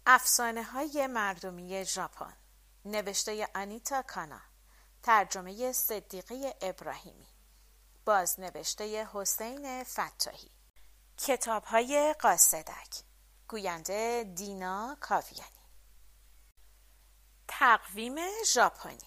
افسانه‌های مردمی ژاپن، نوشته آنیتا کانا، ترجمه صدیقه ابراهیمی، بازنوشته حسین فتاحی. کتاب‌های قاصدک، گوینده دینا کاویانی. تقویم ژاپنی.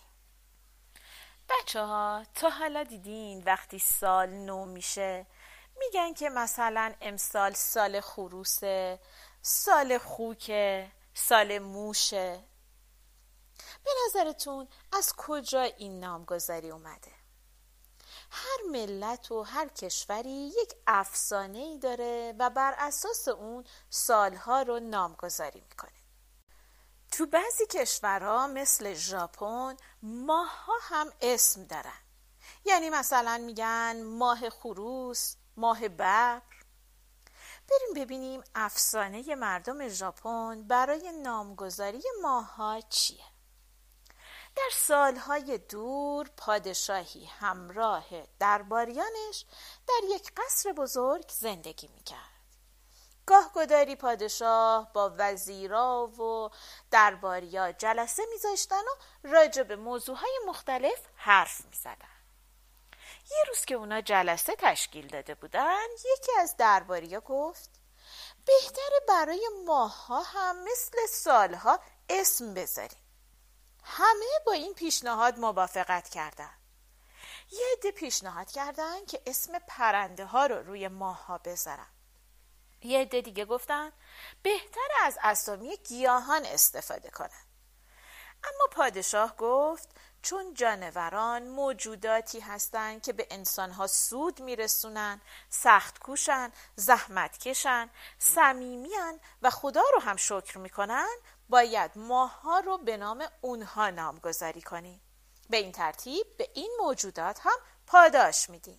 بچه‌ها تا حالا دیدین وقتی سال نو میشه میگن که مثلا امسال سال خروسه، سال خوکه، سال موشه؟ به نظرتون از کجا این نامگذاری اومده؟ هر ملت و هر کشوری یک افسانه‌ای داره و بر اساس اون سالها رو نامگذاری میکنه. تو بعضی کشورها مثل ژاپن ماه‌ها هم اسم دارن. یعنی مثلا میگن ماه خروس، ماه ببر. بریم ببینیم افسانه مردم ژاپن برای نامگذاری ماه‌ها چیه. در سالهای دور پادشاهی همراه درباریانش در یک قصر بزرگ زندگی میکرد. گاه گداری پادشاه با وزیرا و درباریا جلسه میذاشتن و راجع به موضوعهای مختلف حرف میزدن. یه روز که اونا جلسه تشکیل داده بودن، یکی از درباریا گفت بهتره برای ماه‌ها هم مثل سالها اسم بذاریم. همه با این پیشنهاد موافقت کردن. یه عده پیشنهاد کردن که اسم پرنده ها رو روی ماه‌ها بذارن. یه عده دیگه گفتن بهتر از اسامی گیاهان استفاده کنن. اما پادشاه گفت چون جانوران موجوداتی هستن که به انسانها سود میرسونن، سخت کوشن، زحمت کشن، صمیمیان و خدا رو هم شکر میکنن، باید ماه‌ها رو به نام اونها نامگذاری کنیم. به این ترتیب به این موجودات هم پاداش میدیم.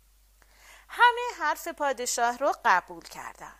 همه حرف پادشاه رو قبول کردن.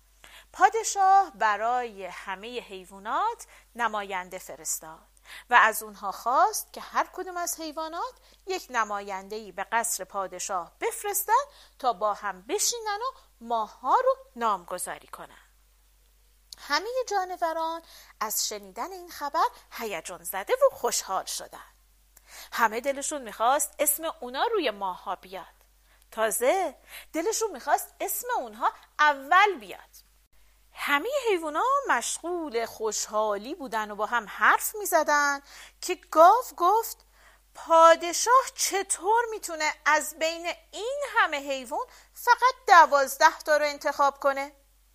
پادشاه برای همه حیوانات نماینده فرستاد و از اونها خواست که هر کدوم از حیوانات یک نماینده‌ای به قصر پادشاه بفرستن تا با هم بشینن و ماه‌ها رو نامگذاری کنن. همه جانوران از شنیدن این خبر هیجان زده و خوشحال شدن. همه دلشون میخواست اسم اونا روی ماه‌ها بیاد. تازه دلشون میخواست اسم اونها اول بیاد. همه حیوونا مشغول خوشحالی بودن و با هم حرف میزدن که گاو گفت پادشاه چطور میتونه از بین این همه حیوان فقط 12 تا رو انتخاب کنه؟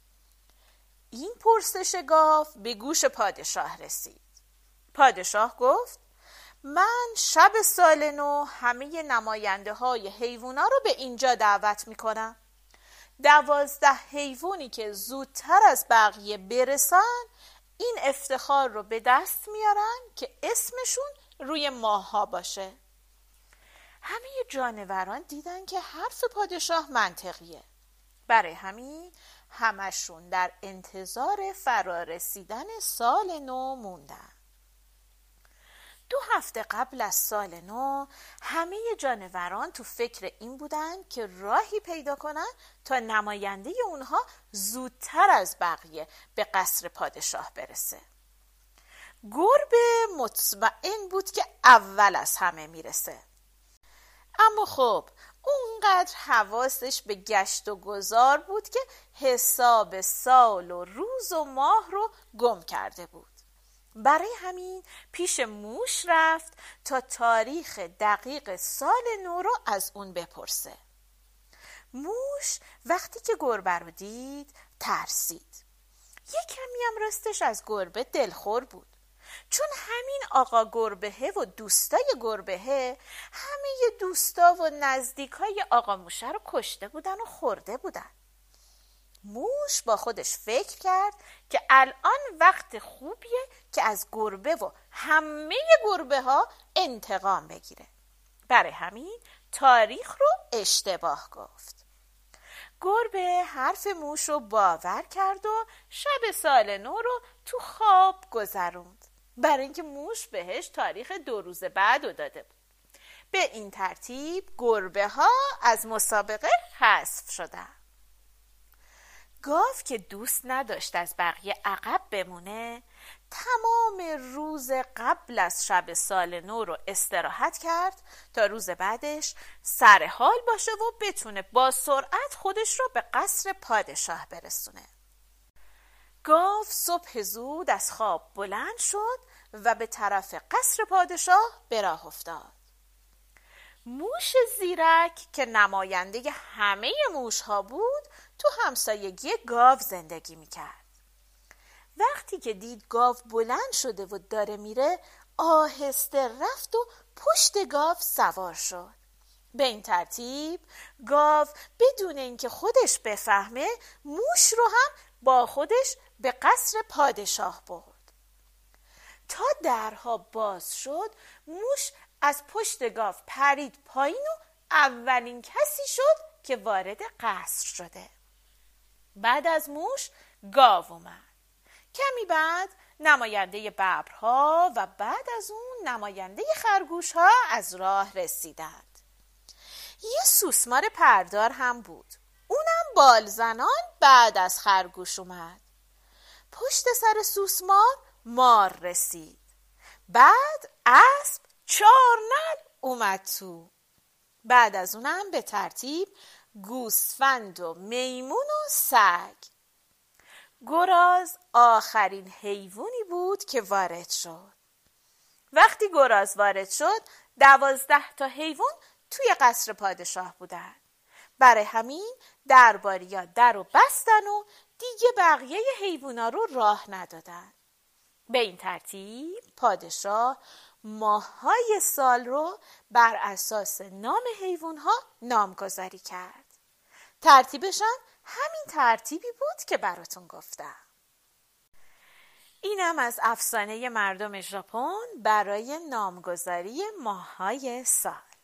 این پرسش گاو به گوش پادشاه رسید. پادشاه گفت من شب سال نو همه نماینده های حیوونا رو به اینجا دعوت میکنم. 12 حیوانی که زودتر از بقیه برسن این افتخار رو به دست میارن که اسمشون روی ماه‌ها باشه. همه جانوران دیدن که حرف پادشاه منطقیه. برای همین همشون در انتظار فرارسیدن سال نو موندن. 2 هفته قبل از سال نو همه جانوران تو فکر این بودن که راهی پیدا کنن تا نماینده اونها زودتر از بقیه به قصر پادشاه برسه. گربه مطمئن بود که اول از همه میرسه. اما خب اونقدر حواسش به گشت و گذار بود که حساب سال و روز و ماه رو گم کرده بود. برای همین پیش موش رفت تا تاریخ دقیق سال نو رو از اون بپرسه. موش وقتی که گربه رو دید ترسید. یک کمی هم راستش از گربه دلخور بود، چون همین آقا گربهه و دوستای گربهه همه دوستا و نزدیکای آقا موشه رو کشته بودن و خورده بودن. موش با خودش فکر کرد که الان وقت خوبیه که از گربه و همه گربه ها انتقام بگیره. برای همین تاریخ رو اشتباه گفت. گربه حرف موش رو باور کرد و شب سال نو رو تو خواب گذروند، برای اینکه موش بهش تاریخ 2 روز بعد رو داده بود. به این ترتیب گربه ها از مسابقه حذف شدن. گاو که دوست نداشت از بقیه عقب بمونه، تمام روز قبل از شب سال نو رو استراحت کرد تا روز بعدش سر حال باشه و بتونه با سرعت خودش رو به قصر پادشاه برسونه. گاو صبح زود از خواب بلند شد و به طرف قصر پادشاه به راه افتاد. موش زیرک که نماینده همه موشها بود تو همسایگی گاو زندگی میکرد. وقتی که دید گاو بلند شده و داره میره، آهسته رفت و پشت گاو سوار شد. به این ترتیب گاو بدون اینکه خودش بفهمه موش رو هم با خودش به قصر پادشاه برد. تا درها باز شد، موش از پشت گاو پرید پایین و اولین کسی شد که وارد قصر شده. بعد از موش گاو اومد. کمی بعد نماینده ببرها و بعد از اون نماینده خرگوشها از راه رسیدند. یه سوسمار پردار هم بود. اونم بالزنان بعد از خرگوش اومد. پشت سر سوسمار مار رسید. بعد اسب 4 نعل اومد تو. بعد از اونم به ترتیب گوسفند و میمون و سگ. گراز آخرین حیوانی بود که وارد شد. وقتی گراز وارد شد 12 تا حیوان توی قصر پادشاه بودن. برای همین درباریا در رو بستن و دیگه بقیه حیوانا رو راه ندادن. به این ترتیب پادشاه ماه‌های سال رو بر اساس نام حیوانها نامگذاری کرد. ترتیبش هم همین ترتیبی بود که براتون گفتم. اینم از افسانه مردم ژاپن برای نامگذاری ماه‌های سال.